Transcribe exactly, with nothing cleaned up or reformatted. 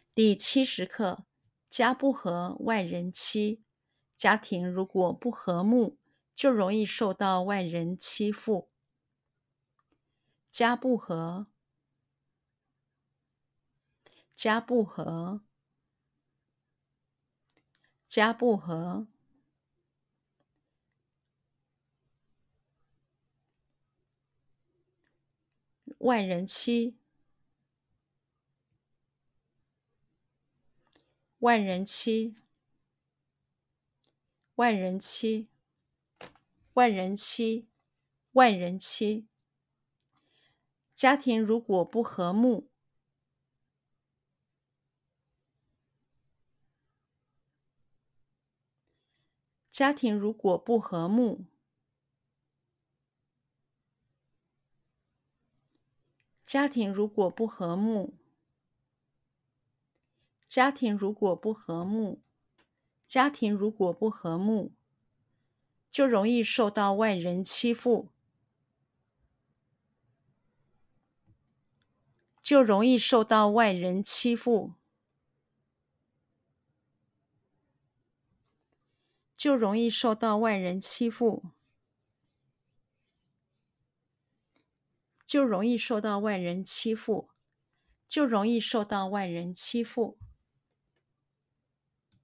第七十课：家不和，外人欺。家庭如果不和睦，就容易受到外人欺负。家不和，家不和，家不和。外人欺，外人欺，外人欺，外人欺，外人欺。家庭如果不和睦，家庭如果不和睦，家庭如果不和睦，家庭如果不和睦，家庭如果不和睦，就容易受到外人欺负，就容易受到外人欺负，就容易受到外人欺负，就容易受到外人欺负，就容易受到外人欺负。